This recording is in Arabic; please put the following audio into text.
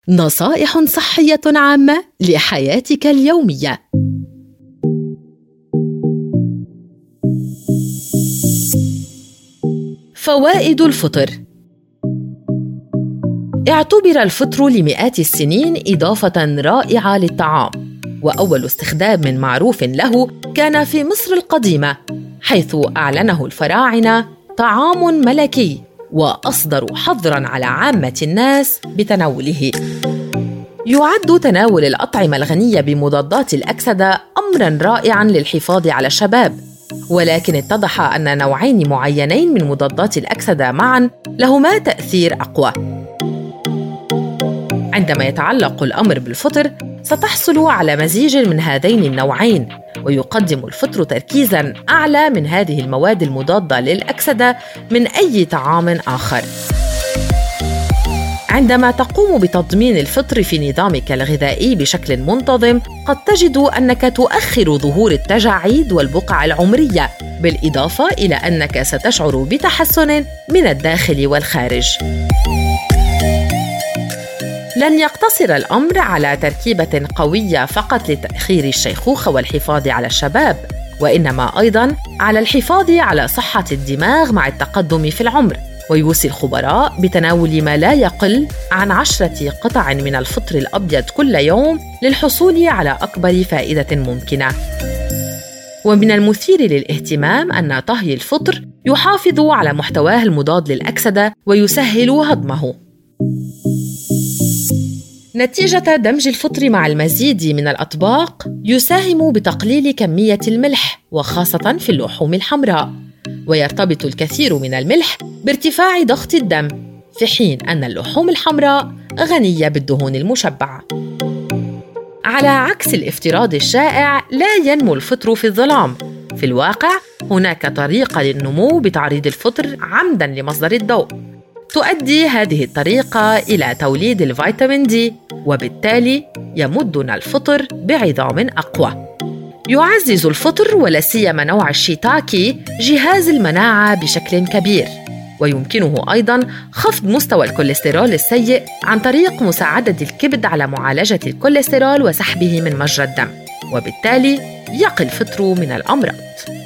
نصائح صحية عامة لحياتك اليومية. فوائد الفطر. اعتبر الفطر لمئات السنين إضافة رائعة للطعام، وأول استخدام معروف له كان في مصر القديمة، حيث أعلنه الفراعنة طعام ملكي، وأصدروا حظراً على عامة الناس بتناوله. يعد تناول الأطعمة الغنية بمضادات الأكسدة أمراً رائعاً للحفاظ على الشباب، ولكن اتضح أن نوعين معينين من مضادات الأكسدة معاً لهما تأثير أقوى. عندما يتعلق الأمر بالفطر، ستحصل على مزيج من هذين النوعين، ويقدم الفطر تركيزاً أعلى من هذه المواد المضادة للأكسدة من أي طعام آخر. عندما تقوم بتضمين الفطر في نظامك الغذائي بشكل منتظم، قد تجد أنك تؤخر ظهور التجاعيد والبقع العمرية، بالإضافة إلى أنك ستشعر بتحسن من الداخل والخارج. لن يقتصر الأمر على تركيبة قوية فقط لتأخير الشيخوخة والحفاظ على الشباب، وإنما أيضاً على الحفاظ على صحة الدماغ مع التقدم في العمر. ويوصي الخبراء بتناول ما لا يقل عن 10 قطع من الفطر الأبيض كل يوم للحصول على أكبر فائدة ممكنة. ومن المثير للاهتمام أن طهي الفطر يحافظ على محتواه المضاد للأكسدة ويسهل هضمه. نتيجة دمج الفطر مع المزيد من الأطباق يساهم بتقليل كمية الملح، وخاصة في اللحوم الحمراء، ويرتبط الكثير من الملح بارتفاع ضغط الدم، في حين أن اللحوم الحمراء غنية بالدهون المشبعة. على عكس الافتراض الشائع، لا ينمو الفطر في الظلام. في الواقع هناك طريقة للنمو بتعريض الفطر عمداً لمصدر الضوء. تؤدي هذه الطريقة إلى توليد الفيتامين دي، وبالتالي يمدنا الفطر بعظام أقوى. يعزز الفطر ولا سيما نوع الشيتاكي جهاز المناعة بشكل كبير، ويمكنه أيضاً خفض مستوى الكوليسترول السيء عن طريق مساعدة الكبد على معالجة الكوليسترول وسحبه من مجرى الدم، وبالتالي يقي الفطر من الأمراض.